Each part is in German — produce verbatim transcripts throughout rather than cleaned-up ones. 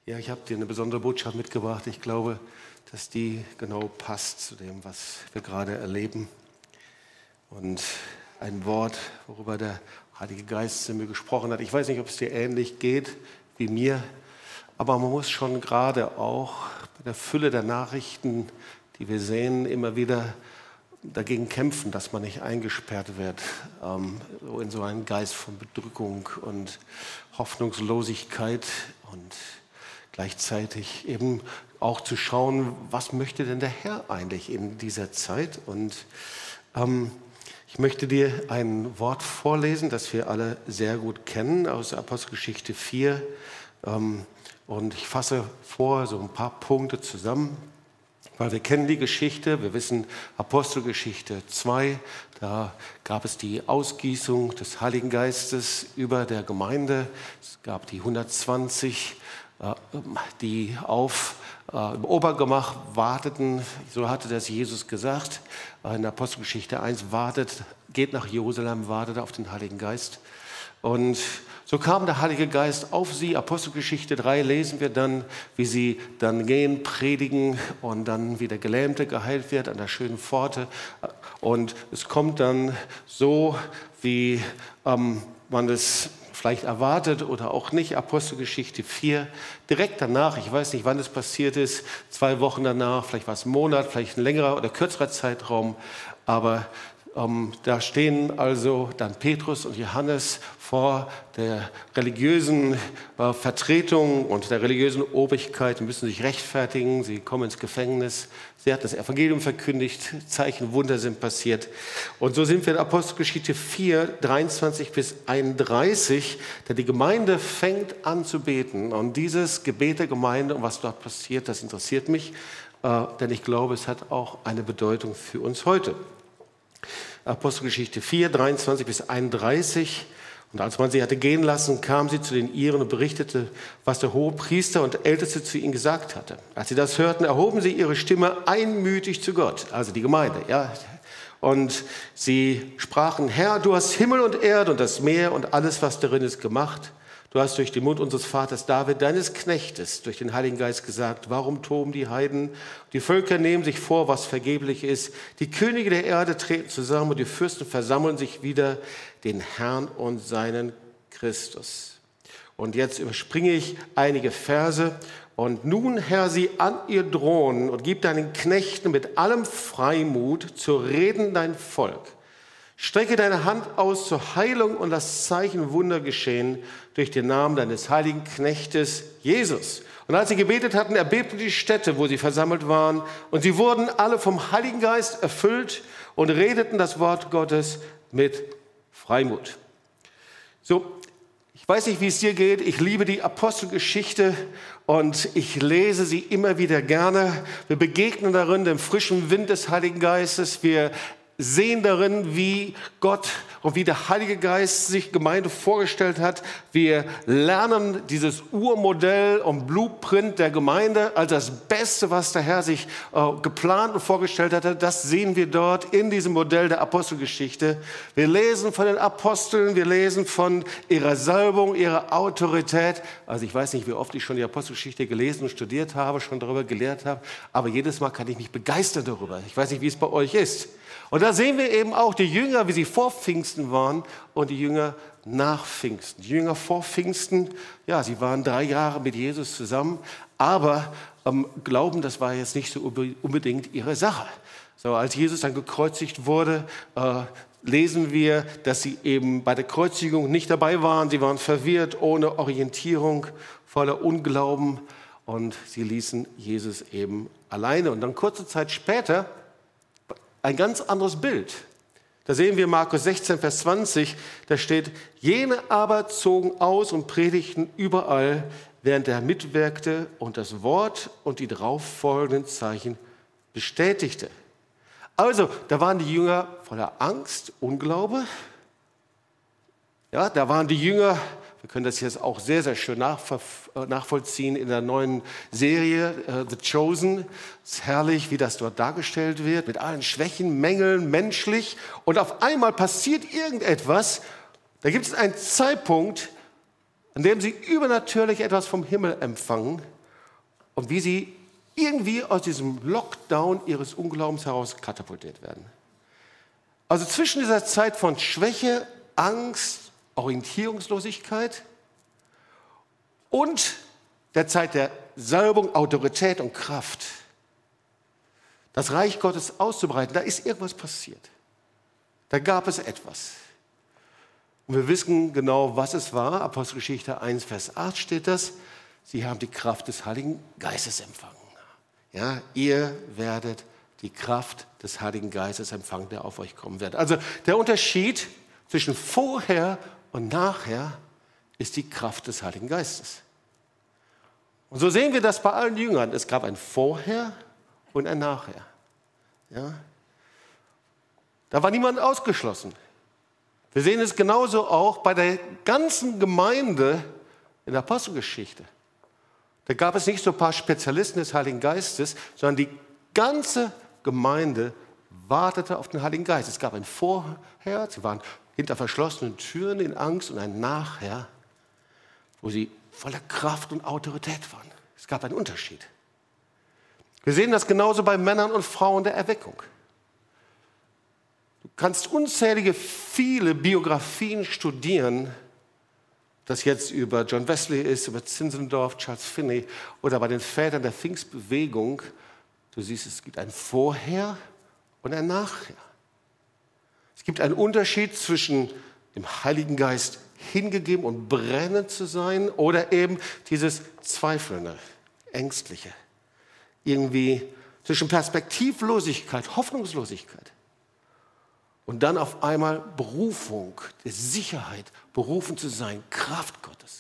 Ja, ich habe dir eine besondere Botschaft mitgebracht. Ich glaube, dass die genau passt zu dem, was wir gerade erleben. Und ein Wort, worüber der Heilige Geist zu mir gesprochen hat. Ich weiß nicht, ob es dir ähnlich geht wie mir, aber man muss schon gerade auch bei der Fülle der Nachrichten, die wir sehen, immer wieder dagegen kämpfen, dass man nicht eingesperrt wird ähm, in so einen Geist von Bedrückung und Hoffnungslosigkeit und gleichzeitig eben auch zu schauen, was möchte denn der Herr eigentlich in dieser Zeit? Und ähm, ich möchte dir ein Wort vorlesen, das wir alle sehr gut kennen aus Apostelgeschichte vier. Ähm, und ich fasse vor so ein paar Punkte zusammen, weil wir kennen die Geschichte. Wir wissen Apostelgeschichte zwei, da gab es die Ausgießung des Heiligen Geistes über der Gemeinde. Es gab die hundertzwanzig, die auf äh, im Obergemach warteten. So hatte das Jesus gesagt. In der Apostelgeschichte eins, wartet, geht nach Jerusalem, wartet auf den Heiligen Geist. Und so kam der Heilige Geist auf sie. Apostelgeschichte drei lesen wir dann, wie sie dann gehen, predigen und dann wie der Gelähmte geheilt wird an der schönen Pforte. Und es kommt dann so, wie ähm, man es vielleicht erwartet oder auch nicht, Apostelgeschichte vier, direkt danach, ich weiß nicht, wann es passiert ist, zwei Wochen danach, vielleicht war es ein Monat, vielleicht ein längerer oder kürzerer Zeitraum, aber ähm, da stehen also dann Petrus und Johannes vor der religiösen äh, Vertretung und der religiösen Obrigkeit und müssen sich rechtfertigen, sie kommen ins Gefängnis, sie hat das Evangelium verkündigt, Zeichen, Wunder sind passiert. Und so sind wir in Apostelgeschichte vier, dreiundzwanzig bis einunddreißig, denn die Gemeinde fängt an zu beten. Und dieses Gebet der Gemeinde und was dort passiert, das interessiert mich, äh, denn ich glaube, es hat auch eine Bedeutung für uns heute. Apostelgeschichte vier, dreiundzwanzig bis einunddreißig. Und als man sie hatte gehen lassen, kam sie zu den Iren und berichtete, was der Hohepriester und Älteste zu ihnen gesagt hatte. Als sie das hörten, erhoben sie ihre Stimme einmütig zu Gott, also die Gemeinde. Ja. Und sie sprachen, Herr, du hast Himmel und Erde und das Meer und alles, was darin ist, gemacht. Du hast durch den Mund unseres Vaters David, deines Knechtes, durch den Heiligen Geist gesagt, warum toben die Heiden? Die Völker nehmen sich vor, was vergeblich ist. Die Könige der Erde treten zusammen und die Fürsten versammeln sich wieder den Herrn und seinen Christus. Und jetzt überspringe ich einige Verse. Und nun, Herr, sieh an ihr drohen und gib deinen Knechten mit allem Freimut zu reden dein Volk. Strecke deine Hand aus zur Heilung und lass Zeichen Wunder geschehen durch den Namen deines heiligen Knechtes Jesus. Und als sie gebetet hatten, erbebte die Stätte, wo sie versammelt waren. Und sie wurden alle vom Heiligen Geist erfüllt und redeten das Wort Gottes mit Freimut. So, ich weiß nicht, wie es dir geht. Ich liebe die Apostelgeschichte und ich lese sie immer wieder gerne. Wir begegnen darin dem frischen Wind des Heiligen Geistes. Wir sehen darin, wie Gott und wie der Heilige Geist sich Gemeinde vorgestellt hat. Wir lernen dieses Urmodell und Blueprint der Gemeinde als das Beste, was der Herr sich äh, geplant und vorgestellt hatte. Das sehen wir dort in diesem Modell der Apostelgeschichte. Wir lesen von den Aposteln, wir lesen von ihrer Salbung, ihrer Autorität. Also ich weiß nicht, wie oft ich schon die Apostelgeschichte gelesen und studiert habe, schon darüber gelehrt habe, aber jedes Mal kann ich mich begeistern darüber. Ich weiß nicht, wie es bei euch ist. Und da sehen wir eben auch die Jünger, wie sie vor Pfingsten waren und die Jünger nach Pfingsten. Die Jünger vor Pfingsten, ja, sie waren drei Jahre mit Jesus zusammen, aber ähm, Glauben, das war jetzt nicht so unbedingt ihre Sache. So, als Jesus dann gekreuzigt wurde, äh, lesen wir, dass sie eben bei der Kreuzigung nicht dabei waren. Sie waren verwirrt, ohne Orientierung, voller Unglauben und sie ließen Jesus eben alleine. Und dann kurze Zeit später ein ganz anderes Bild. Da sehen wir Markus sechzehn, Vers zwanzig, da steht, jene aber zogen aus und predigten überall, während er mitwirkte und das Wort und die darauffolgenden Zeichen bestätigte. Also, da waren die Jünger voller Angst, Unglaube. Ja, da waren die Jünger, wir können das jetzt auch sehr, sehr schön nachvollziehen in der neuen Serie uh, The Chosen. Es ist herrlich, wie das dort dargestellt wird, mit allen Schwächen, Mängeln, menschlich. Und auf einmal passiert irgendetwas, da gibt es einen Zeitpunkt, an dem sie übernatürlich etwas vom Himmel empfangen. und wie sie irgendwie aus diesem Lockdown ihres Unglaubens heraus katapultiert werden. Also zwischen dieser Zeit von Schwäche, Angst, Orientierungslosigkeit und der Zeit der Salbung, Autorität und Kraft, das Reich Gottes auszubreiten, da ist irgendwas passiert. Da gab es etwas. Und wir wissen genau, was es war. Apostelgeschichte eins, Vers acht steht das. Sie haben die Kraft des Heiligen Geistes empfangen. Ja, ihr werdet die Kraft des Heiligen Geistes empfangen, der auf euch kommen wird. Also der Unterschied zwischen vorher und nachher ist die Kraft des Heiligen Geistes. Und so sehen wir das bei allen Jüngern. Es gab ein Vorher und ein Nachher. Ja? Da war niemand ausgeschlossen. Wir sehen es genauso auch bei der ganzen Gemeinde in der Apostelgeschichte. Da gab es nicht so ein paar Spezialisten des Heiligen Geistes, sondern die ganze Gemeinde wartete auf den Heiligen Geist. Es gab ein Vorher, sie waren hinter verschlossenen Türen in Angst, und ein Nachher, wo sie voller Kraft und Autorität waren. Es gab einen Unterschied. Wir sehen das genauso bei Männern und Frauen der Erweckung. Du kannst unzählige, viele Biografien studieren, das jetzt über John Wesley ist, über Zinzendorf, Charles Finney oder bei den Vätern der Pfingstbewegung. Du siehst, es gibt ein Vorher und ein Nachher. Es gibt einen Unterschied zwischen dem Heiligen Geist hingegeben und brennend zu sein oder eben dieses Zweifelnde, Ängstliche. Irgendwie zwischen Perspektivlosigkeit, Hoffnungslosigkeit und dann auf einmal Berufung, die Sicherheit, berufen zu sein, Kraft Gottes.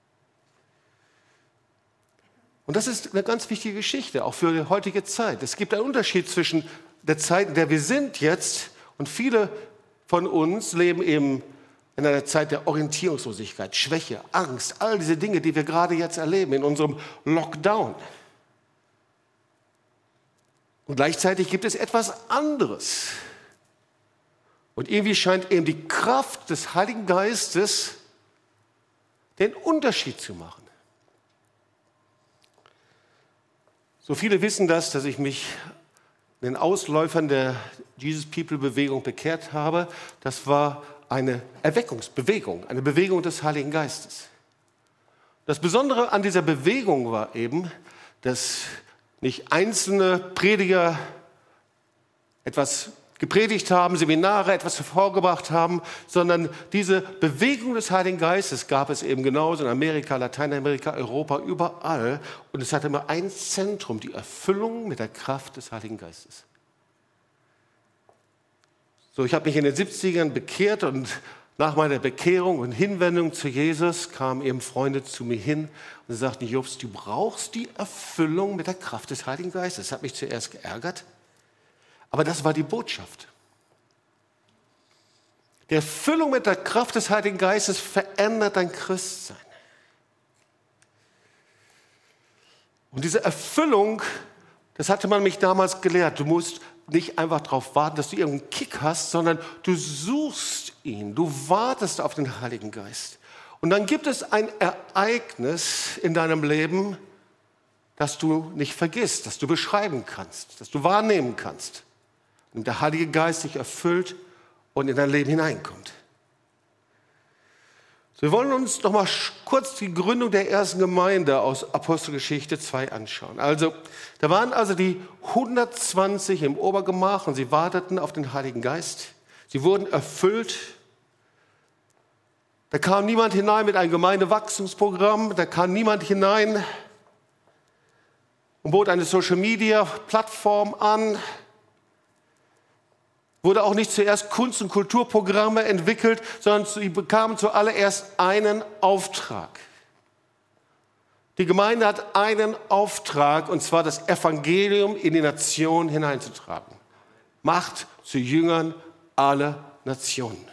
Und das ist eine ganz wichtige Geschichte, auch für die heutige Zeit. Es gibt einen Unterschied zwischen der Zeit, in der wir sind jetzt, und viele von uns leben eben in einer Zeit der Orientierungslosigkeit, Schwäche, Angst, all diese Dinge, die wir gerade jetzt erleben in unserem Lockdown. Und gleichzeitig gibt es etwas anderes. Und irgendwie scheint eben die Kraft des Heiligen Geistes den Unterschied zu machen. So viele wissen das, dass ich mich den Ausläufern der Jesus People Bewegung bekehrt habe. Das war eine Erweckungsbewegung, eine Bewegung des Heiligen Geistes. Das Besondere an dieser Bewegung war eben, dass nicht einzelne Prediger etwas gepredigt haben, Seminare etwas hervorgebracht haben, sondern diese Bewegung des Heiligen Geistes gab es eben genauso in Amerika, Lateinamerika, Europa, überall. Und es hatte immer ein Zentrum, die Erfüllung mit der Kraft des Heiligen Geistes. So, ich habe mich in den siebzigern bekehrt, und nach meiner Bekehrung und Hinwendung zu Jesus kamen eben Freunde zu mir hin und sagten: Jobs, du brauchst die Erfüllung mit der Kraft des Heiligen Geistes. Das hat mich zuerst geärgert. Aber das war die Botschaft. Die Erfüllung mit der Kraft des Heiligen Geistes verändert dein Christsein. Und diese Erfüllung, das hatte man mich damals gelehrt. Du musst nicht einfach darauf warten, dass du irgendeinen Kick hast, sondern du suchst ihn. Du wartest auf den Heiligen Geist. Und dann gibt es ein Ereignis in deinem Leben, das du nicht vergisst, das du beschreiben kannst, das du wahrnehmen kannst. Und der Heilige Geist dich erfüllt und in dein Leben hineinkommt. So, wir wollen uns noch mal kurz die Gründung der ersten Gemeinde aus Apostelgeschichte zwei anschauen. Also, da waren also die hundertzwanzig im Obergemach und sie warteten auf den Heiligen Geist. Sie wurden erfüllt. Da kam niemand hinein mit einem Gemeindewachstumsprogramm, da kam niemand hinein und bot eine Social-Media-Plattform an. Wurde auch nicht zuerst Kunst- und Kulturprogramme entwickelt, sondern sie bekamen zuallererst einen Auftrag. Die Gemeinde hat einen Auftrag, und zwar das Evangelium in die Nationen hineinzutragen. Macht zu Jüngern aller Nationen.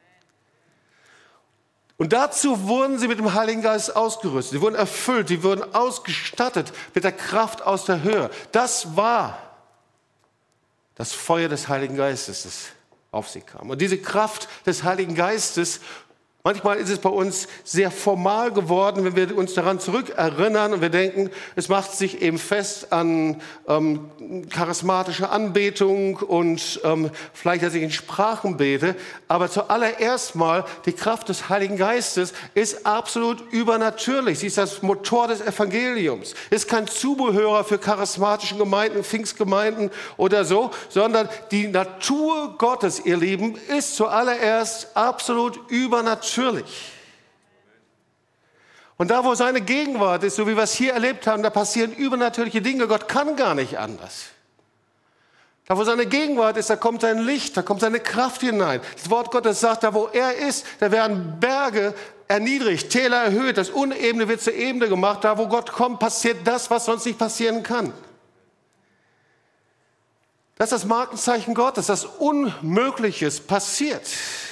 Und dazu wurden sie mit dem Heiligen Geist ausgerüstet. Sie wurden erfüllt, sie wurden ausgestattet mit der Kraft aus der Höhe. Das war das Feuer des Heiligen Geistes, das auf sie kam. Und diese Kraft des Heiligen Geistes Manchmal ist es bei uns sehr formal geworden, wenn wir uns daran zurückerinnern und wir denken, es macht sich eben fest an ähm, charismatische Anbetung und ähm, vielleicht, dass ich in Sprachen bete. Aber zuallererst mal, die Kraft des Heiligen Geistes ist absolut übernatürlich. Sie ist das Motor des Evangeliums. Ist kein Zubehör für charismatische Gemeinden, Pfingstgemeinden oder so, sondern die Natur Gottes, ihr Lieben, ist zuallererst absolut übernatürlich. Natürlich. Und da, wo seine Gegenwart ist, so wie wir es hier erlebt haben, da passieren übernatürliche Dinge. Gott kann gar nicht anders. Da, wo seine Gegenwart ist, da kommt sein Licht, da kommt seine Kraft hinein. Das Wort Gottes sagt, da, wo er ist, da werden Berge erniedrigt, Täler erhöht, das Unebene wird zur Ebene gemacht. Da, wo Gott kommt, passiert das, was sonst nicht passieren kann. Das ist das Markenzeichen Gottes, dass Unmögliches passiert.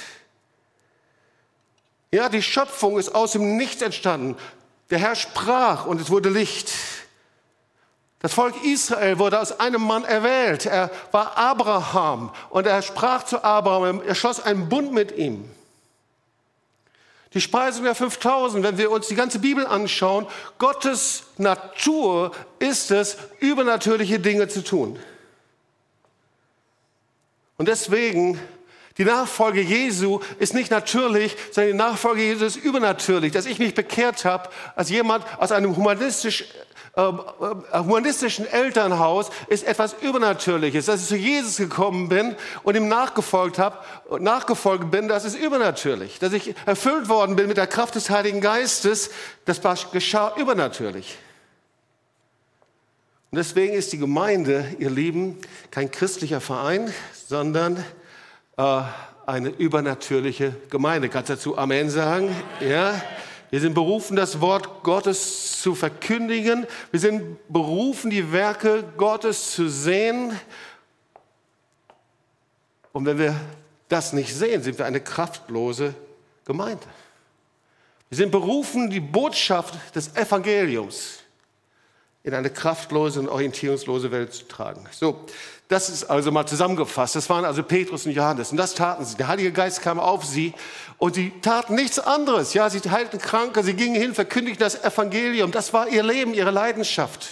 Ja, die Schöpfung ist aus dem Nichts entstanden. Der Herr sprach und es wurde Licht. Das Volk Israel wurde aus einem Mann erwählt. Er war Abraham und er sprach zu Abraham, er schloss einen Bund mit ihm. Die Speisung der fünftausend, wenn wir uns die ganze Bibel anschauen, Gottes Natur ist es, übernatürliche Dinge zu tun. Und deswegen die Nachfolge Jesu ist nicht natürlich, sondern die Nachfolge Jesu ist übernatürlich. Dass ich mich bekehrt habe als jemand aus einem humanistisch, äh, äh, humanistischen Elternhaus, ist etwas Übernatürliches. Dass ich zu Jesus gekommen bin und ihm nachgefolgt habe, nachgefolgt bin, das ist übernatürlich. Dass ich erfüllt worden bin mit der Kraft des Heiligen Geistes, das geschah übernatürlich. Und deswegen ist die Gemeinde, ihr Lieben, kein christlicher Verein, sondern eine übernatürliche Gemeinde. Kannst du dazu Amen sagen? Ja. Wir sind berufen, das Wort Gottes zu verkündigen. Wir sind berufen, die Werke Gottes zu sehen. Und wenn wir das nicht sehen, sind wir eine kraftlose Gemeinde. Wir sind berufen, die Botschaft des Evangeliums in eine kraftlose und orientierungslose Welt zu tragen. So, das ist also mal zusammengefasst. Das waren also Petrus und Johannes. Und das taten sie. Der Heilige Geist kam auf sie und sie taten nichts anderes. Ja, sie heilten Kranke, sie gingen hin, verkündigten das Evangelium. Das war ihr Leben, ihre Leidenschaft.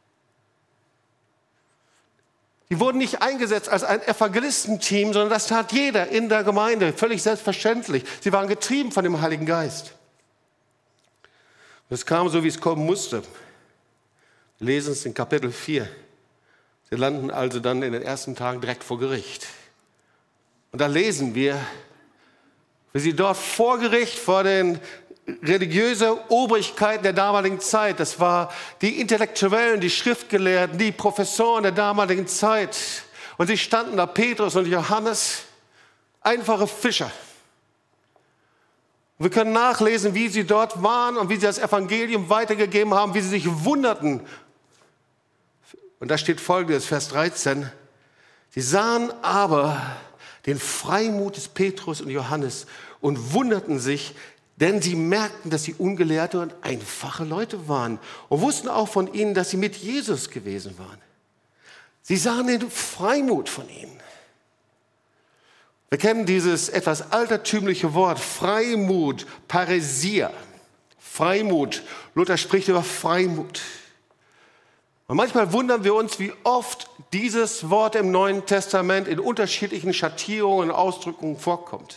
Die wurden nicht eingesetzt als ein Evangelistenteam, sondern das tat jeder in der Gemeinde. Völlig selbstverständlich. Sie waren getrieben von dem Heiligen Geist. Und es kam so, wie es kommen musste. Wir lesen es in Kapitel vier. Sie landen also dann in den ersten Tagen direkt vor Gericht. Und da lesen wir, wie sie dort vor Gericht, vor den religiösen Obrigkeiten der damaligen Zeit, das war die Intellektuellen, die Schriftgelehrten, die Professoren der damaligen Zeit. Und sie standen da, Petrus und Johannes, einfache Fischer. Und wir können nachlesen, wie sie dort waren und wie sie das Evangelium weitergegeben haben, wie sie sich wunderten. Und da steht Folgendes, Vers dreizehn. Sie sahen aber den Freimut des Petrus und Johannes und wunderten sich, denn sie merkten, dass sie ungelehrte und einfache Leute waren und wussten auch von ihnen, dass sie mit Jesus gewesen waren. Sie sahen den Freimut von ihnen. Wir kennen dieses etwas altertümliche Wort, Freimut, Paresia. Freimut, Luther spricht über Freimut. Und manchmal wundern wir uns, wie oft dieses Wort im Neuen Testament in unterschiedlichen Schattierungen und Ausdrückungen vorkommt.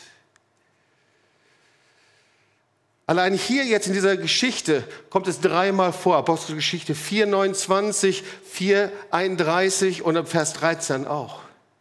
Allein hier jetzt in dieser Geschichte kommt es dreimal vor. Apostelgeschichte vier, neunundzwanzig, vier, einunddreißig und im Vers dreizehn auch.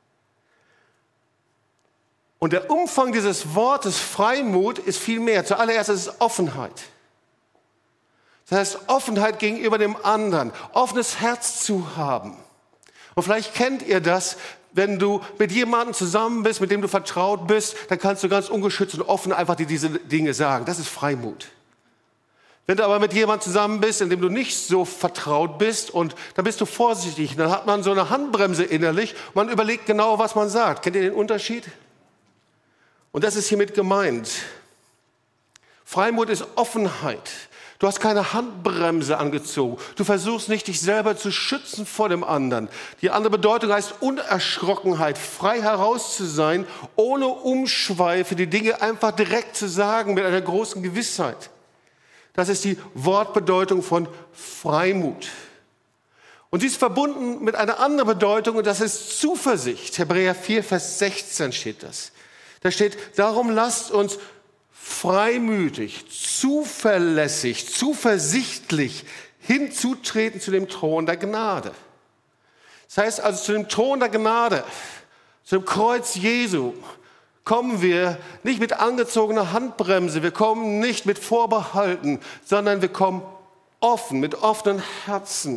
Und der Umfang dieses Wortes Freimut ist viel mehr. Zuallererst ist es Offenheit. Das heißt, Offenheit gegenüber dem anderen, offenes Herz zu haben. Und vielleicht kennt ihr das, wenn du mit jemandem zusammen bist, mit dem du vertraut bist, dann kannst du ganz ungeschützt und offen einfach dir diese Dinge sagen. Das ist Freimut. Wenn du aber mit jemandem zusammen bist, in dem du nicht so vertraut bist, und dann bist du vorsichtig, dann hat man so eine Handbremse innerlich, und man überlegt genau, was man sagt. Kennt ihr den Unterschied? Und das ist hiermit gemeint. Freimut ist Offenheit. Du hast keine Handbremse angezogen. Du versuchst nicht, dich selber zu schützen vor dem anderen. Die andere Bedeutung heißt Unerschrockenheit, frei heraus zu sein, ohne Umschweife, die Dinge einfach direkt zu sagen, mit einer großen Gewissheit. Das ist die Wortbedeutung von Freimut. Und sie ist verbunden mit einer anderen Bedeutung, und das ist Zuversicht. Hebräer vier, Vers sechzehn steht das. Da steht, darum lasst uns freimütig, zuverlässig, zuversichtlich hinzutreten zu dem Thron der Gnade. Das heißt also, zu dem Thron der Gnade, zu dem Kreuz Jesu, kommen wir nicht mit angezogener Handbremse, wir kommen nicht mit Vorbehalten, sondern wir kommen offen, mit offenen Herzen.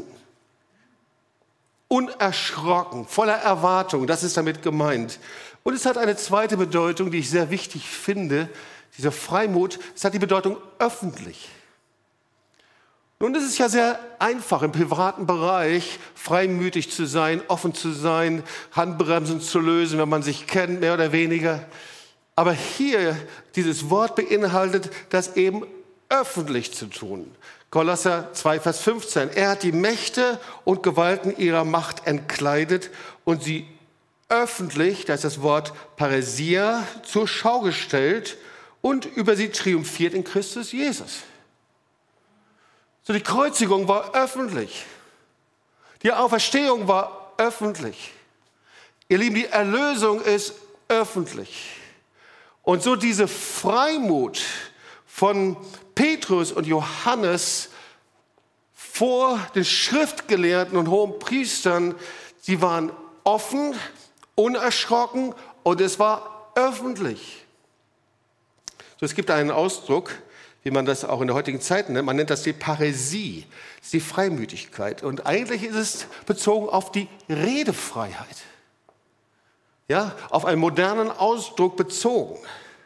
Unerschrocken, voller Erwartung, das ist damit gemeint. Und es hat eine zweite Bedeutung, die ich sehr wichtig finde, dieser Freimut, es hat die Bedeutung öffentlich. Nun ist es ja sehr einfach, im privaten Bereich freimütig zu sein, offen zu sein, Handbremsen zu lösen, wenn man sich kennt, mehr oder weniger. Aber hier, dieses Wort beinhaltet, das eben öffentlich zu tun. Kolosser zwei, Vers fünfzehn. Er hat die Mächte und Gewalten ihrer Macht entkleidet und sie öffentlich, das ist das Wort Paresia, zur Schau gestellt und über sie triumphiert in Christus Jesus. So, die Kreuzigung war öffentlich. Die Auferstehung war öffentlich. Ihr Lieben, die Erlösung ist öffentlich. Und so diese Freimut von Petrus und Johannes vor den Schriftgelehrten und hohen Priestern, sie waren offen, unerschrocken und es war öffentlich. So, es gibt einen Ausdruck, wie man das auch in der heutigen Zeit nennt, man nennt das die Paräsie, das ist die Freimütigkeit. Und eigentlich ist es bezogen auf die Redefreiheit, ja, auf einen modernen Ausdruck bezogen.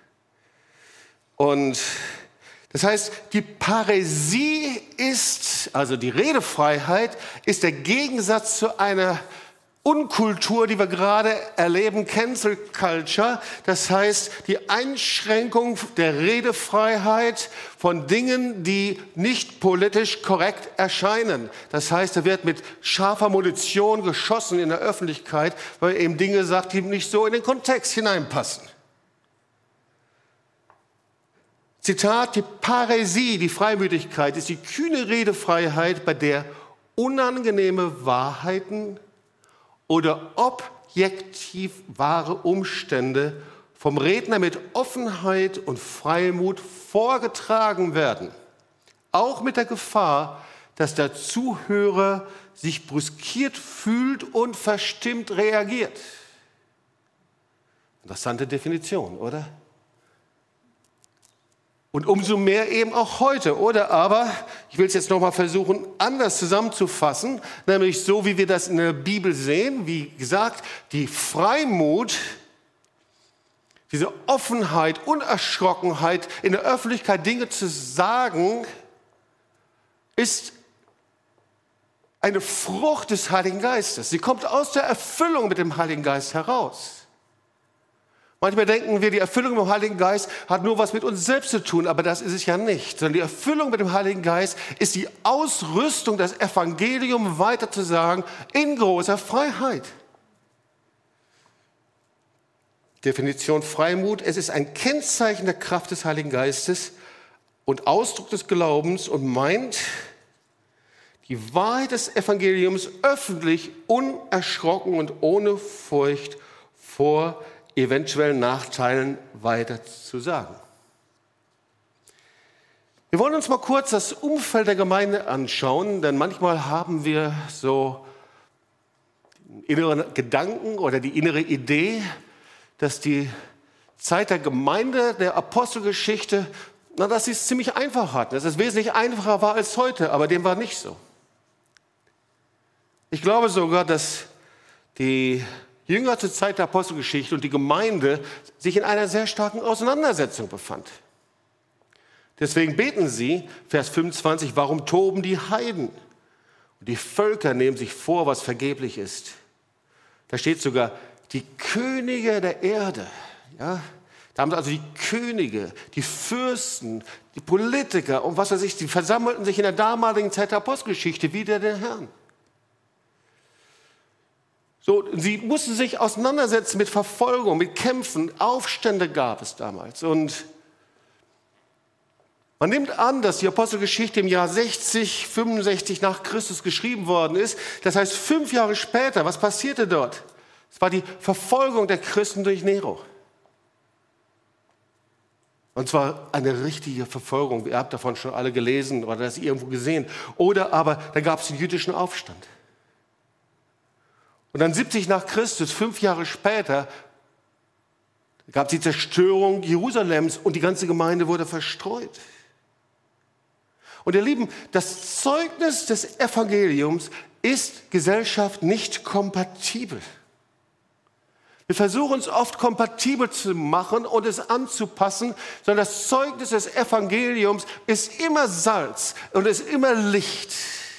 Und das heißt, die Paräsie ist, also die Redefreiheit, ist der Gegensatz zu einer Unkultur, die wir gerade erleben, Cancel Culture. Das heißt, die Einschränkung der Redefreiheit von Dingen, die nicht politisch korrekt erscheinen. Das heißt, da wird mit scharfer Munition geschossen in der Öffentlichkeit, weil er eben Dinge sagt, die nicht so in den Kontext hineinpassen. Zitat, die Paräsie, die Freimütigkeit, ist die kühne Redefreiheit, bei der unangenehme Wahrheiten oder objektiv wahre Umstände vom Redner mit Offenheit und Freimut vorgetragen werden. Auch mit der Gefahr, dass der Zuhörer sich brüskiert fühlt und verstimmt reagiert. Interessante Definition, oder? Und umso mehr eben auch heute, oder? Aber ich will es jetzt noch mal versuchen, anders zusammenzufassen, nämlich so, wie wir das in der Bibel sehen. Wie gesagt, die Freimut, diese Offenheit, Unerschrockenheit, in der Öffentlichkeit Dinge zu sagen, ist eine Frucht des Heiligen Geistes. Sie kommt aus der Erfüllung mit dem Heiligen Geist heraus. Manchmal denken wir, die Erfüllung mit dem Heiligen Geist hat nur was mit uns selbst zu tun, aber das ist es ja nicht. Sondern die Erfüllung mit dem Heiligen Geist ist die Ausrüstung, das Evangelium weiterzusagen in großer Freiheit. Definition Freimut, es ist ein Kennzeichen der Kraft des Heiligen Geistes und Ausdruck des Glaubens und meint, die Wahrheit des Evangeliums öffentlich, unerschrocken und ohne Furcht vor eventuellen Nachteilen weiter zu sagen. Wir wollen uns mal kurz das Umfeld der Gemeinde anschauen, denn manchmal haben wir so innere Gedanken oder die innere Idee, dass die Zeit der Gemeinde, der Apostelgeschichte, na, dass sie es ziemlich einfach hatten, dass es wesentlich einfacher war als heute, aber dem war nicht so. Ich glaube sogar, dass die Jünger zur Zeit der Apostelgeschichte und die Gemeinde sich in einer sehr starken Auseinandersetzung befand. Deswegen beten sie, Vers fünfundzwanzig, warum toben die Heiden? Und die Völker nehmen sich vor, was vergeblich ist. Da steht sogar, die Könige der Erde. Ja, Da haben also die Könige, die Fürsten, die Politiker und was weiß ich, die versammelten sich in der damaligen Zeit der Apostelgeschichte wider den Herrn. So, sie mussten sich auseinandersetzen mit Verfolgung, mit Kämpfen. Aufstände gab es damals. Und man nimmt an, dass die Apostelgeschichte im Jahr sechzig, fünfundsechzig nach Christus geschrieben worden ist. Das heißt, fünf Jahre später, was passierte dort? Es war die Verfolgung der Christen durch Nero. Und zwar eine richtige Verfolgung. Ihr habt davon schon alle gelesen oder das irgendwo gesehen. Oder aber, da gab es den jüdischen Aufstand. Und dann siebzig nach Christus, fünf Jahre später, gab es die Zerstörung Jerusalems und die ganze Gemeinde wurde verstreut. Und ihr Lieben, das Zeugnis des Evangeliums ist Gesellschaft nicht kompatibel. Wir versuchen es oft kompatibel zu machen und es anzupassen, sondern das Zeugnis des Evangeliums ist immer Salz und ist immer Licht.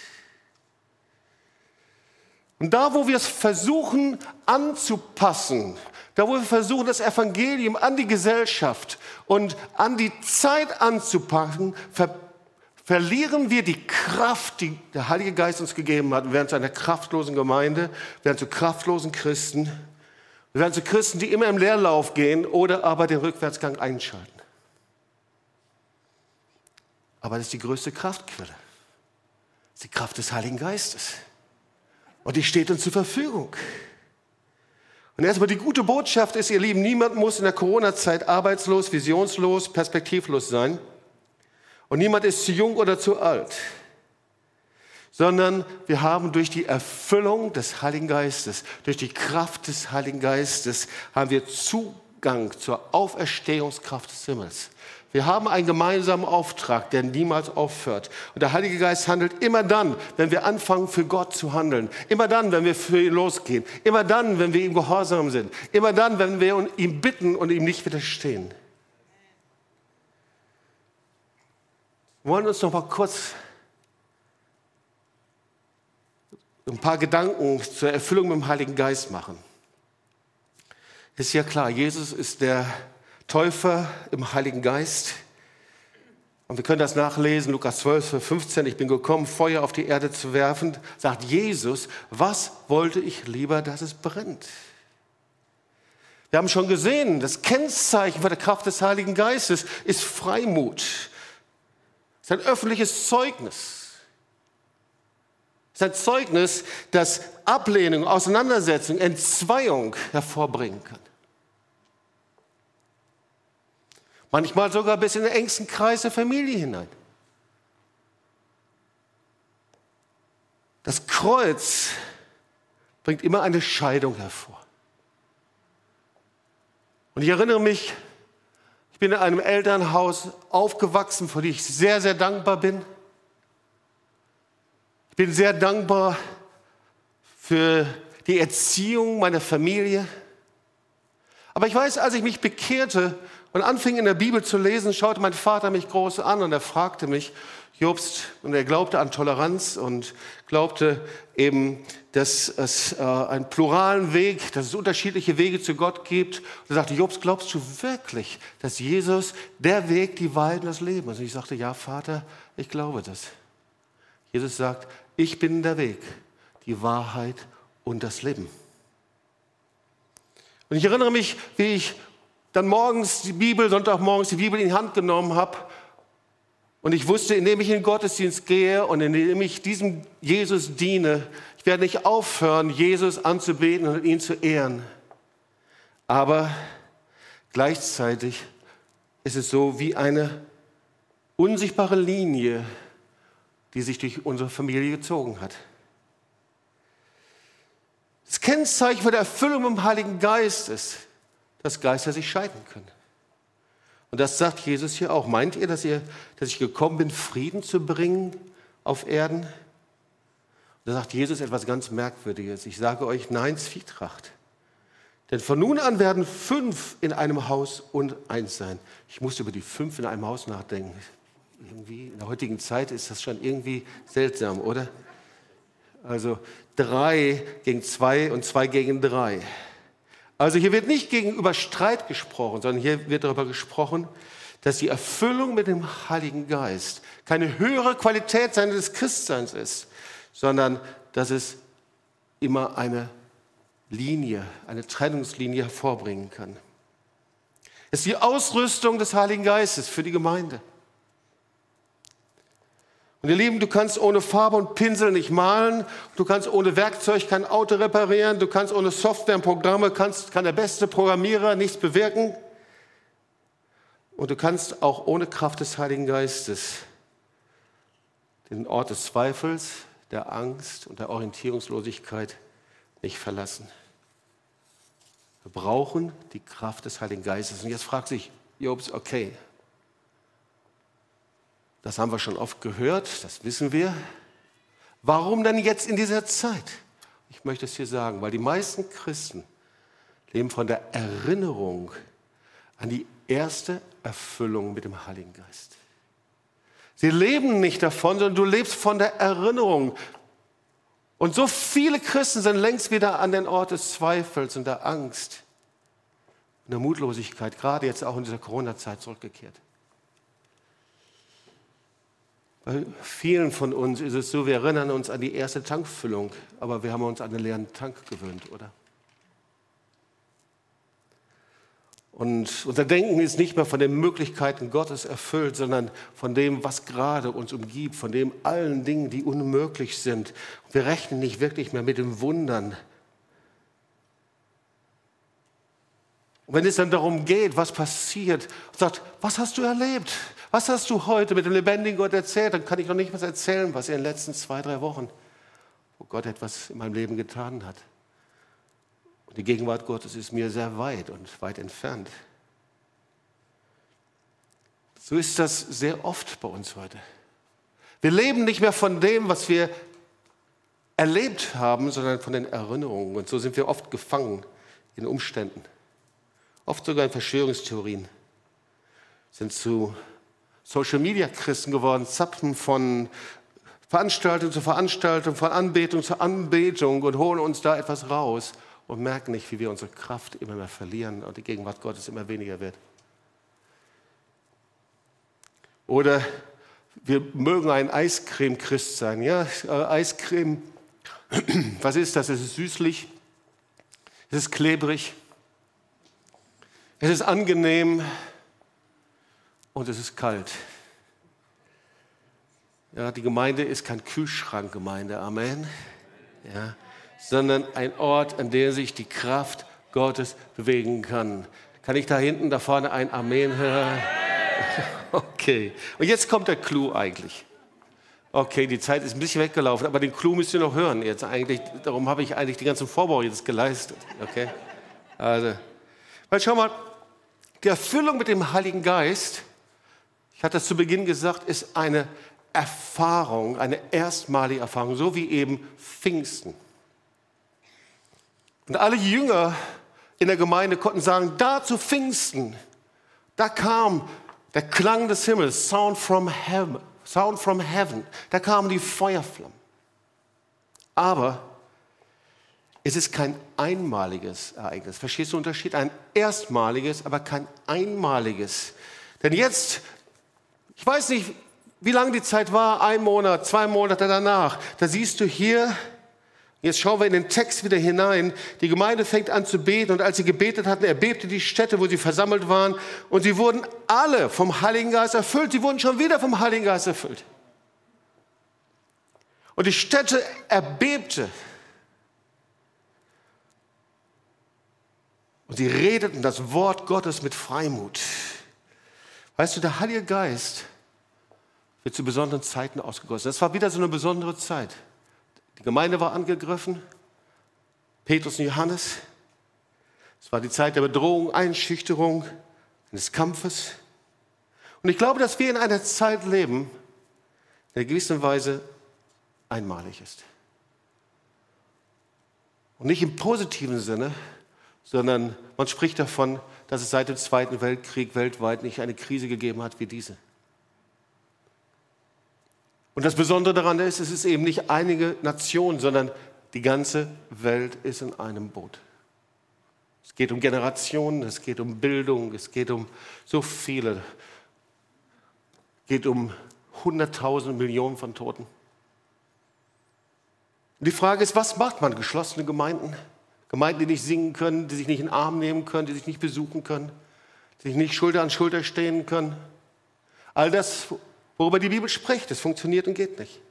Und da, wo wir es versuchen anzupassen, da, wo wir versuchen, das Evangelium an die Gesellschaft und an die Zeit anzupassen, ver verlieren wir die Kraft, die der Heilige Geist uns gegeben hat. Wir werden zu einer kraftlosen Gemeinde, wir werden zu kraftlosen Christen. Wir werden zu Christen, die immer im Leerlauf gehen oder aber den Rückwärtsgang einschalten. Aber das ist die größte Kraftquelle. Das ist die Kraft des Heiligen Geistes. Und die steht uns zur Verfügung. Und erstmal die gute Botschaft ist, ihr Lieben, niemand muss in der Corona-Zeit arbeitslos, visionslos, perspektivlos sein. Und niemand ist zu jung oder zu alt. Sondern wir haben durch die Erfüllung des Heiligen Geistes, durch die Kraft des Heiligen Geistes, haben wir Zugang zur Auferstehungskraft des Himmels. Wir haben einen gemeinsamen Auftrag, der niemals aufhört. Und der Heilige Geist handelt immer dann, wenn wir anfangen, für Gott zu handeln. Immer dann, wenn wir für ihn losgehen. Immer dann, wenn wir ihm gehorsam sind. Immer dann, wenn wir ihm bitten und ihm nicht widerstehen. Wir wollen uns noch mal kurz ein paar Gedanken zur Erfüllung mit dem Heiligen Geist machen. Ist ja klar, Jesus ist der Täufer im Heiligen Geist. Und wir können das nachlesen, Lukas zwölf, Vers fünfzehn. Ich bin gekommen, Feuer auf die Erde zu werfen. Sagt Jesus, was wollte ich lieber, dass es brennt? Wir haben schon gesehen, das Kennzeichen für die Kraft des Heiligen Geistes ist Freimut. Es ist ein öffentliches Zeugnis. Es ist ein Zeugnis, das Ablehnung, Auseinandersetzung, Entzweiung hervorbringen kann. Manchmal sogar bis in den engsten Kreis der Familie hinein. Das Kreuz bringt immer eine Scheidung hervor. Und ich erinnere mich, ich bin in einem Elternhaus aufgewachsen, für die ich sehr, sehr dankbar bin. Ich bin sehr dankbar für die Erziehung meiner Familie. Aber ich weiß, als ich mich bekehrte und anfing in der Bibel zu lesen, schaute mein Vater mich groß an und er fragte mich, Jobst, und er glaubte an Toleranz und glaubte eben, dass es äh, einen pluralen Weg, dass es unterschiedliche Wege zu Gott gibt. Und er sagte, Jobst, glaubst du wirklich, dass Jesus der Weg, die Wahrheit und das Leben ist? Und ich sagte, ja, Vater, ich glaube das. Jesus sagt, ich bin der Weg, die Wahrheit und das Leben. Und ich erinnere mich, wie ich dann morgens die Bibel, Sonntagmorgens die Bibel in die Hand genommen habe. Und ich wusste, indem ich in den Gottesdienst gehe und indem ich diesem Jesus diene, ich werde nicht aufhören, Jesus anzubeten und ihn zu ehren. Aber gleichzeitig ist es so wie eine unsichtbare Linie, die sich durch unsere Familie gezogen hat. Das Kennzeichen für die Erfüllung im Heiligen Geist ist, dass Geister sich scheiden können. Und das sagt Jesus hier auch. Meint ihr, dass, ihr, dass ich gekommen bin, Frieden zu bringen auf Erden? Und da sagt Jesus etwas ganz Merkwürdiges. Ich sage euch, nein, Zwietracht. Denn von nun an werden fünf in einem Haus und eins sein. Ich musste über die fünf in einem Haus nachdenken. Irgendwie in der heutigen Zeit ist das schon irgendwie seltsam, oder? Also drei gegen zwei und zwei gegen drei. Also hier wird nicht gegenüber Streit gesprochen, sondern hier wird darüber gesprochen, dass die Erfüllung mit dem Heiligen Geist keine höhere Qualität seines Christseins ist, sondern dass es immer eine Linie, eine Trennungslinie hervorbringen kann. Es ist die Ausrüstung des Heiligen Geistes für die Gemeinde. Und ihr Lieben, du kannst ohne Farbe und Pinsel nicht malen, du kannst ohne Werkzeug kein Auto reparieren, du kannst ohne Software und Programme, kannst, kann der beste Programmierer nichts bewirken. Und du kannst auch ohne Kraft des Heiligen Geistes den Ort des Zweifels, der Angst und der Orientierungslosigkeit nicht verlassen. Wir brauchen die Kraft des Heiligen Geistes. Und jetzt fragt sich Jobs, okay, das haben wir schon oft gehört, das wissen wir. Warum denn jetzt in dieser Zeit? Ich möchte es hier sagen, weil die meisten Christen leben von der Erinnerung an die erste Erfüllung mit dem Heiligen Geist. Sie leben nicht davon, sondern du lebst von der Erinnerung. Und so viele Christen sind längst wieder an den Ort des Zweifels und der Angst und der Mutlosigkeit, gerade jetzt auch in dieser Corona-Zeit zurückgekehrt. Bei vielen von uns ist es so, wir erinnern uns an die erste Tankfüllung, aber wir haben uns an den leeren Tank gewöhnt, oder? Und unser Denken ist nicht mehr von den Möglichkeiten Gottes erfüllt, sondern von dem, was gerade uns umgibt, von dem allen Dingen, die unmöglich sind. Wir rechnen nicht wirklich mehr mit den Wundern. Und wenn es dann darum geht, was passiert, und sagt, was hast du erlebt? Was hast du heute mit dem lebendigen Gott erzählt? Dann kann ich noch nicht was erzählen, was in den letzten zwei, drei Wochen, wo Gott etwas in meinem Leben getan hat. Und die Gegenwart Gottes ist mir sehr weit und weit entfernt. So ist das sehr oft bei uns heute. Wir leben nicht mehr von dem, was wir erlebt haben, sondern von den Erinnerungen. Und so sind wir oft gefangen in Umständen. Oft sogar in Verschwörungstheorien. Sind zu Social-Media-Christen geworden, zapfen von Veranstaltung zu Veranstaltung, von Anbetung zu Anbetung und holen uns da etwas raus und merken nicht, wie wir unsere Kraft immer mehr verlieren und die Gegenwart Gottes immer weniger wird. Oder wir mögen ein Eiscreme-Christ sein. Ja, Eiscreme, was ist das? Es ist süßlich, es ist klebrig, es ist angenehm und es ist kalt. Ja, die Gemeinde ist kein Kühlschrankgemeinde, Amen, ja, sondern ein Ort, an dem sich die Kraft Gottes bewegen kann. Kann ich da hinten, da vorne ein Amen hören? Okay, und jetzt kommt der Clou eigentlich. Okay, die Zeit ist ein bisschen weggelaufen, aber den Clou müsst ihr noch hören jetzt eigentlich. Darum habe ich eigentlich die ganzen Vorbau jetzt geleistet. Okay, also, weil schau mal, die Erfüllung mit dem Heiligen Geist, ich hatte es zu Beginn gesagt, ist eine Erfahrung, eine erstmalige Erfahrung, so wie eben Pfingsten. Und alle Jünger in der Gemeinde konnten sagen, da zu Pfingsten, da kam der Klang des Himmels, Sound from heaven, Sound from heaven, da kamen die Feuerflammen. Aber es ist kein einmaliges Ereignis. Verstehst du den Unterschied? Ein erstmaliges, aber kein einmaliges. Denn jetzt, ich weiß nicht, wie lange die Zeit war, ein Monat, zwei Monate danach, da siehst du hier, jetzt schauen wir in den Text wieder hinein, die Gemeinde fängt an zu beten und als sie gebetet hatten, erbebte die Stätte, wo sie versammelt waren und sie wurden alle vom Heiligen Geist erfüllt, sie wurden schon wieder vom Heiligen Geist erfüllt. Und die Stätte erbebte. Und sie redeten das Wort Gottes mit Freimut. Weißt du, der Heilige Geist wird zu besonderen Zeiten ausgegossen. Das war wieder so eine besondere Zeit. Die Gemeinde war angegriffen, Petrus und Johannes. Es war die Zeit der Bedrohung, Einschüchterung, des Kampfes. Und ich glaube, dass wir in einer Zeit leben, die in gewisser Weise einmalig ist. Und nicht im positiven Sinne, sondern man spricht davon, dass es seit dem Zweiten Weltkrieg weltweit nicht eine Krise gegeben hat wie diese. Und das Besondere daran ist, es ist eben nicht einige Nationen, sondern die ganze Welt ist in einem Boot. Es geht um Generationen, es geht um Bildung, es geht um so viele. Es geht um Hunderttausende, Millionen von Toten. Und die Frage ist, was macht man? Geschlossene Gemeinden? Gemeinden, die nicht singen können, die sich nicht in den Arm nehmen können, die sich nicht besuchen können, die sich nicht Schulter an Schulter stehen können. All das, worüber die Bibel spricht, das funktioniert und geht nicht.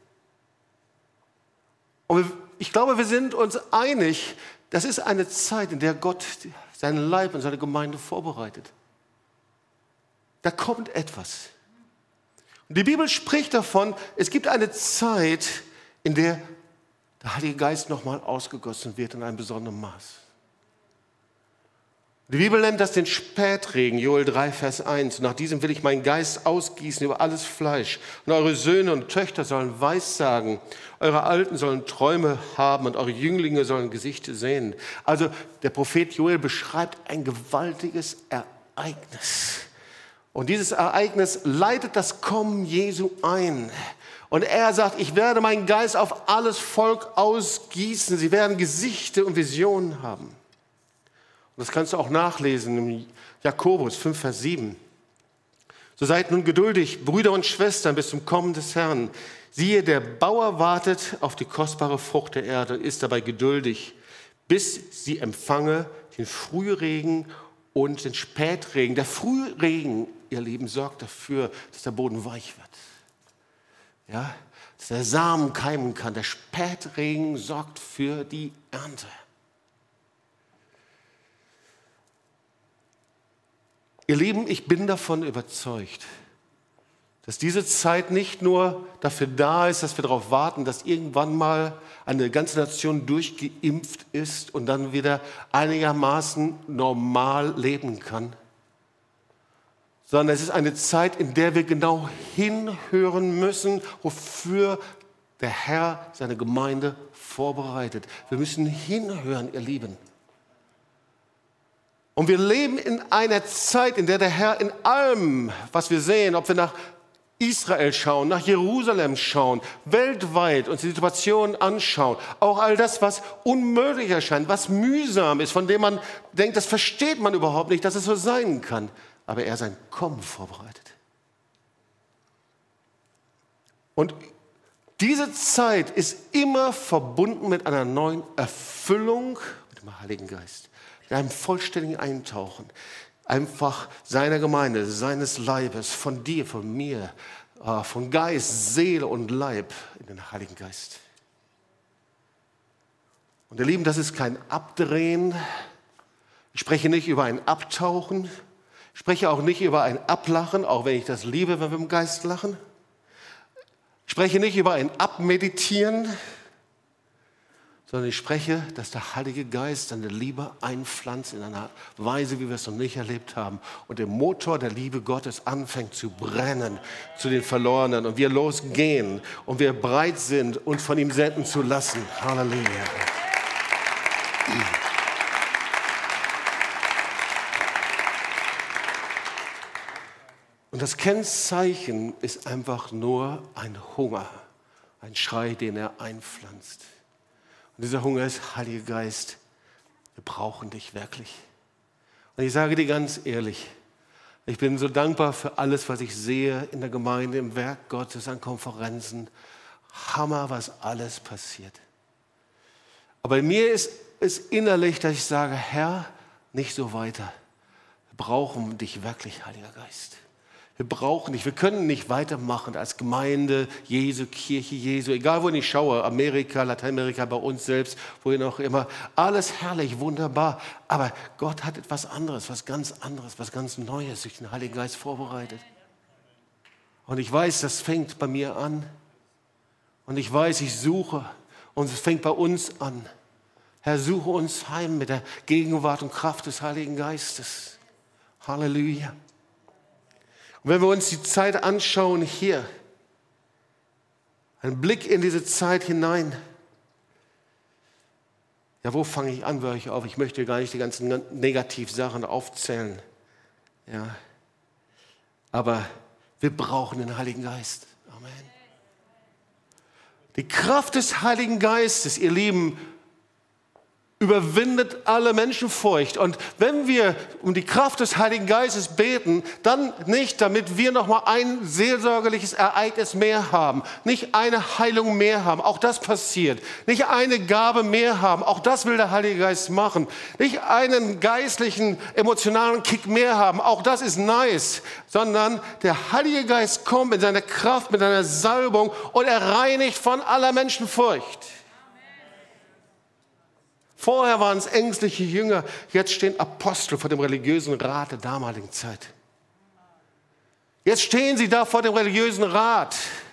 Und ich glaube, wir sind uns einig, das ist eine Zeit, in der Gott seinen Leib und seine Gemeinde vorbereitet. Da kommt etwas. Und die Bibel spricht davon, es gibt eine Zeit, in der der Heilige Geist nochmal ausgegossen wird in einem besonderen Maß. Die Bibel nennt das den Spätregen, Joel drei, Vers eins. Nach diesem will ich meinen Geist ausgießen über alles Fleisch. Und eure Söhne und Töchter sollen Weissagen, eure Alten sollen Träume haben und eure Jünglinge sollen Gesichter sehen. Also der Prophet Joel beschreibt ein gewaltiges Ereignis. Und dieses Ereignis leitet das Kommen Jesu ein. Und er sagt, ich werde meinen Geist auf alles Volk ausgießen. Sie werden Gesichter und Visionen haben. Und das kannst du auch nachlesen im Jakobus fünf, Vers sieben. So seid nun geduldig, Brüder und Schwestern, bis zum Kommen des Herrn. Siehe, der Bauer wartet auf die kostbare Frucht der Erde und ist dabei geduldig, bis sie empfange den Frühregen und den Spätregen. Der Frühregen, ihr Lieben, sorgt dafür, dass der Boden weich wird. Ja, dass der Samen keimen kann. Der Spätregen sorgt für die Ernte. Ihr Lieben, ich bin davon überzeugt, dass diese Zeit nicht nur dafür da ist, dass wir darauf warten, dass irgendwann mal eine ganze Nation durchgeimpft ist und dann wieder einigermaßen normal leben kann, sondern es ist eine Zeit, in der wir genau hinhören müssen, wofür der Herr seine Gemeinde vorbereitet. Wir müssen hinhören, ihr Lieben. Und wir leben in einer Zeit, in der der Herr in allem, was wir sehen, ob wir nach Israel schauen, nach Jerusalem schauen, weltweit uns die Situation anschauen, auch all das, was unmöglich erscheint, was mühsam ist, von dem man denkt, das versteht man überhaupt nicht, dass es so sein kann. Aber er sein Kommen vorbereitet. Und diese Zeit ist immer verbunden mit einer neuen Erfüllung mit dem Heiligen Geist, mit einem vollständigen Eintauchen, einfach seiner Gemeinde, seines Leibes, von dir, von mir, von Geist, Seele und Leib in den Heiligen Geist. Und ihr Lieben, das ist kein Abdrehen. Ich spreche nicht über ein Abtauchen. Ich spreche auch nicht über ein Ablachen, auch wenn ich das liebe, wenn wir im Geist lachen. Ich spreche nicht über ein Abmeditieren, sondern ich spreche, dass der Heilige Geist seine Liebe einpflanzt in einer Weise, wie wir es noch nicht erlebt haben. Und der Motor der Liebe Gottes anfängt zu brennen zu den Verlorenen. Und wir losgehen und wir bereit sind, uns von ihm senden zu lassen. Halleluja. Und das Kennzeichen ist einfach nur ein Hunger, ein Schrei, den er einpflanzt. Und dieser Hunger ist, Heiliger Geist, wir brauchen dich wirklich. Und ich sage dir ganz ehrlich, ich bin so dankbar für alles, was ich sehe in der Gemeinde, im Werk Gottes, an Konferenzen. Hammer, was alles passiert. Aber mir ist es innerlich, dass ich sage, Herr, nicht so weiter. Wir brauchen dich wirklich, Heiliger Geist. Wir brauchen dich, wir können nicht weitermachen als Gemeinde Jesu, Kirche Jesu, egal wo ich schaue, Amerika, Lateinamerika, bei uns selbst, wohin auch immer, alles herrlich, wunderbar, aber Gott hat etwas anderes, was ganz anderes, was ganz Neues durch den Heiligen Geist vorbereitet. Und ich weiß, das fängt bei mir an und ich weiß, ich suche und es fängt bei uns an. Herr, suche uns heim mit der Gegenwart und Kraft des Heiligen Geistes. Halleluja. Und wenn wir uns die Zeit anschauen hier, ein Blick in diese Zeit hinein, ja, wo fange ich an, höre ich auf? Ich möchte gar nicht die ganzen Negativsachen aufzählen. Ja. Aber wir brauchen den Heiligen Geist. Amen. Die Kraft des Heiligen Geistes, ihr Lieben, überwindet alle Menschenfurcht. Und wenn wir um die Kraft des Heiligen Geistes beten, dann nicht, damit wir noch mal ein seelsorgerliches Ereignis mehr haben, nicht eine Heilung mehr haben, auch das passiert, nicht eine Gabe mehr haben, auch das will der Heilige Geist machen, nicht einen geistlichen, emotionalen Kick mehr haben, auch das ist nice, sondern der Heilige Geist kommt mit seiner Kraft, mit seiner Salbung und er reinigt von aller Menschenfurcht. Vorher waren es ängstliche Jünger, jetzt stehen Apostel vor dem religiösen Rat der damaligen Zeit. Jetzt stehen sie da vor dem religiösen Rat.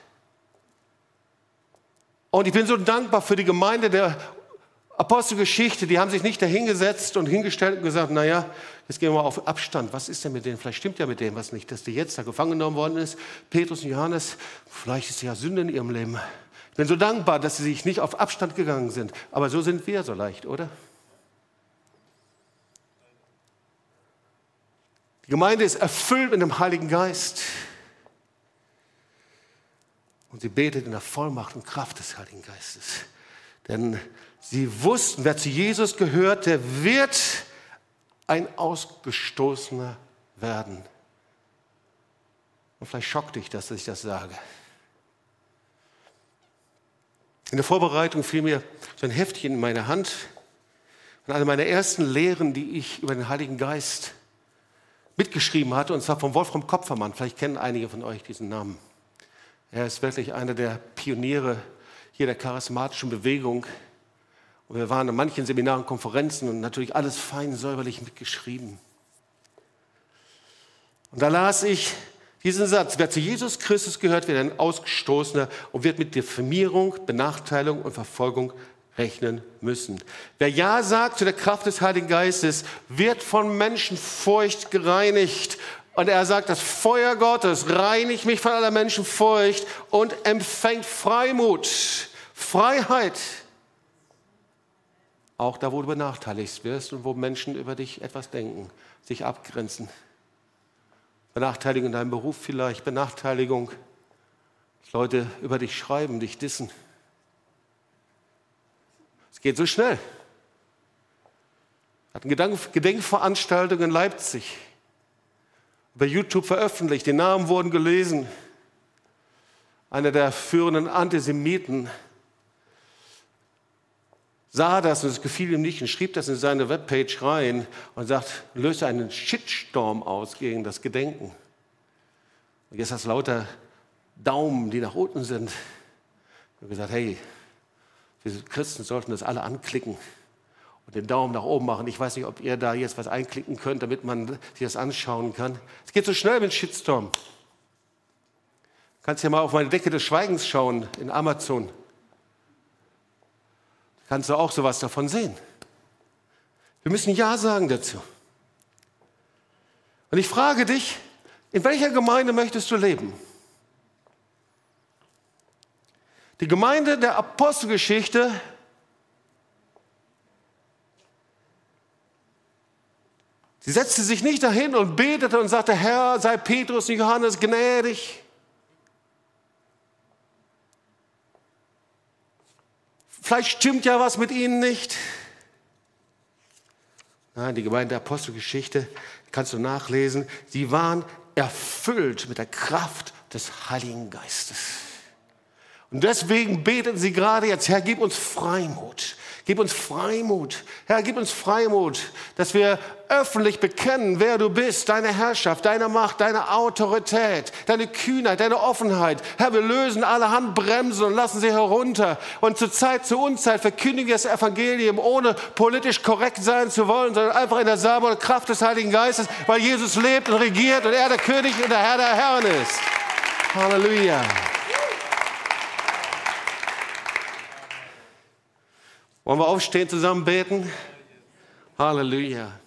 Und ich bin so dankbar für die Gemeinde der Apostelgeschichte. Die haben sich nicht dahingesetzt und hingestellt und gesagt, naja, jetzt gehen wir mal auf Abstand. Was ist denn mit denen? Vielleicht stimmt ja mit denen was nicht, dass die jetzt da gefangen genommen worden ist. Petrus und Johannes, vielleicht ist ja Sünde in ihrem Leben. Ich bin so dankbar, dass sie sich nicht auf Abstand gegangen sind. Aber so sind wir so leicht, oder? Die Gemeinde ist erfüllt mit dem Heiligen Geist. Und sie betet in der Vollmacht und Kraft des Heiligen Geistes. Denn sie wussten, wer zu Jesus gehört, der wird ein Ausgestoßener werden. Und vielleicht schockt dich, dass ich das sage. In der Vorbereitung fiel mir so ein Heftchen in meine Hand von einer meiner ersten Lehren, die ich über den Heiligen Geist mitgeschrieben hatte, und zwar von Wolfram Kopfermann. Vielleicht kennen einige von euch diesen Namen. Er ist wirklich einer der Pioniere hier der charismatischen Bewegung. Und wir waren an manchen Seminaren, Konferenzen und natürlich alles fein säuberlich mitgeschrieben. Und da las ich diesen Satz: Wer zu Jesus Christus gehört, wird ein Ausgestoßener und wird mit Diffamierung, Benachteiligung und Verfolgung rechnen müssen. Wer Ja sagt zu der Kraft des Heiligen Geistes, wird von Menschenfurcht gereinigt. Und er sagt, das Feuer Gottes reinigt mich von aller Menschenfurcht und empfängt Freimut, Freiheit. Auch da, wo du benachteiligt wirst und wo Menschen über dich etwas denken, sich abgrenzen. Benachteiligung in deinem Beruf vielleicht, Benachteiligung, dass Leute über dich schreiben, dich dissen. Es geht so schnell. Hat eine Gedenk- Gedenkveranstaltung in Leipzig über YouTube veröffentlicht, die Namen wurden gelesen. Einer der führenden Antisemiten sah das und es gefiel ihm nicht und schrieb das in seine Webpage rein und sagt, löste einen Shitstorm aus gegen das Gedenken. Und jetzt hast du lauter Daumen, die nach unten sind. Und gesagt, hey, wir Christen sollten das alle anklicken und den Daumen nach oben machen. Ich weiß nicht, ob ihr da jetzt was einklicken könnt, damit man sich das anschauen kann. Es geht so schnell mit dem Shitstorm. Du kannst ja mal auf meine Decke des Schweigens schauen in Amazon. Kannst du auch sowas davon sehen. Wir müssen Ja sagen dazu. Und ich frage dich, in welcher Gemeinde möchtest du leben? Die Gemeinde der Apostelgeschichte sie setzte sich nicht dahin und betete und sagte, Herr, sei Petrus und Johannes gnädig. Vielleicht stimmt ja was mit ihnen nicht. Nein, die Gemeinde der Apostelgeschichte, kannst du nachlesen, sie waren erfüllt mit der Kraft des Heiligen Geistes. Und deswegen beten sie gerade jetzt, Herr, gib uns Freimut. Gib uns Freimut. Herr, gib uns Freimut, dass wir öffentlich bekennen, wer du bist, deine Herrschaft, deine Macht, deine Autorität, deine Kühnheit, deine Offenheit. Herr, wir lösen alle Handbremsen und lassen sie herunter. Und zur Zeit, zur Unzeit verkündigen wir das Evangelium, ohne politisch korrekt sein zu wollen, sondern einfach in der Salbung und Kraft des Heiligen Geistes, weil Jesus lebt und regiert und er der König und der Herr der Herren ist. Halleluja. Wollen wir aufstehen, zusammen beten? Halleluja.